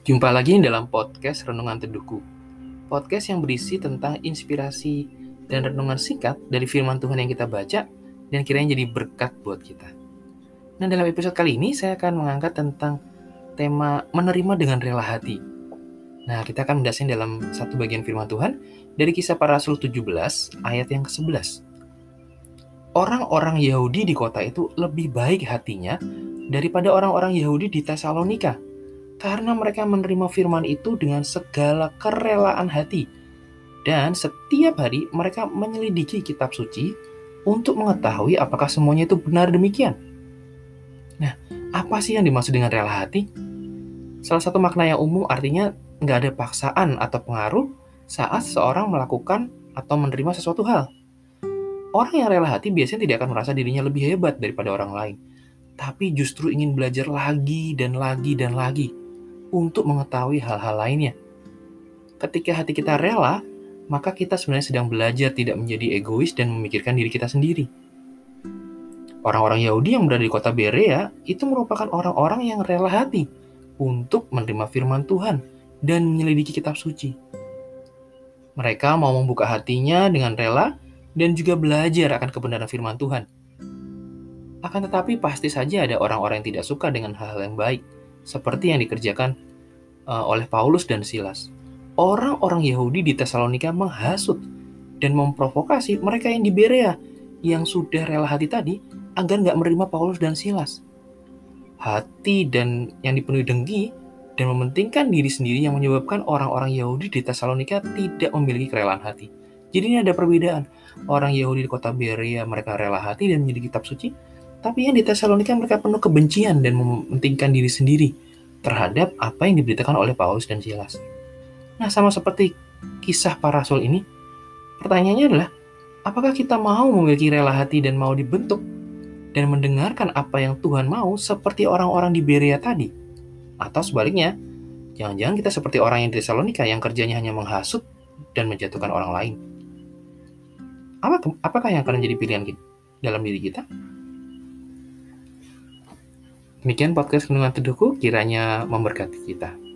Jumpa lagi dalam podcast Renungan Teduhku. Podcast yang berisi tentang inspirasi dan renungan singkat dari firman Tuhan yang kita baca dan kiranya jadi berkat buat kita. Nah, dalam episode kali ini saya akan mengangkat tentang tema menerima dengan rela hati. Nah, kita akan mendasarkan dalam satu bagian firman Tuhan dari Kisah Para Rasul 17 ayat yang ke-11. Orang-orang Yahudi di kota itu lebih baik hatinya daripada orang-orang Yahudi di Tesalonika, karena mereka menerima firman itu dengan segala kerelaan hati. Dan setiap hari mereka menyelidiki kitab suci untuk mengetahui apakah semuanya itu benar demikian. Nah, apa sih yang dimaksud dengan rela hati? Salah satu makna yang umum artinya nggak ada paksaan atau pengaruh saat seorang melakukan atau menerima sesuatu hal. Orang yang rela hati biasanya tidak akan merasa dirinya lebih hebat daripada orang lain, tapi justru ingin belajar lagi dan lagi dan lagi untuk mengetahui hal-hal lainnya. Ketika hati kita rela, maka kita sebenarnya sedang belajar tidak menjadi egois dan memikirkan diri kita sendiri. Orang-orang Yahudi yang berada di kota Berea itu merupakan orang-orang yang rela hati untuk menerima firman Tuhan dan menyelidiki kitab suci. Mereka mau membuka hatinya dengan rela dan juga belajar akan kebenaran firman Tuhan. Akan tetapi pasti saja ada orang-orang yang tidak suka dengan hal-hal yang baik, seperti yang dikerjakan oleh Paulus dan Silas. Orang-orang Yahudi di Tesalonika menghasut dan memprovokasi mereka yang di Berea yang sudah rela hati tadi agar nggak menerima Paulus dan Silas. Hati dan yang dipenuhi dengki dan mementingkan diri sendiri yang menyebabkan orang-orang Yahudi di Tesalonika tidak memiliki kerelaan hati. Jadi ini ada perbedaan. Orang Yahudi di kota Berea mereka rela hati dan menjadi kitab suci, tapi yang di Tesalonika mereka penuh kebencian dan mementingkan diri sendiri terhadap apa yang diberitakan oleh Paulus dan Silas. Nah, sama seperti kisah para rasul ini, pertanyaannya adalah, apakah kita mau memiliki rela hati dan mau dibentuk dan mendengarkan apa yang Tuhan mau seperti orang-orang di Berea tadi? Atau sebaliknya, jangan-jangan kita seperti orang yang di Tesalonika yang kerjanya hanya menghasut dan menjatuhkan orang lain? Apakah yang akan menjadi pilihan kita dalam diri kita? Demikian podcast Renungan Teduhku, kiranya memberkati kita.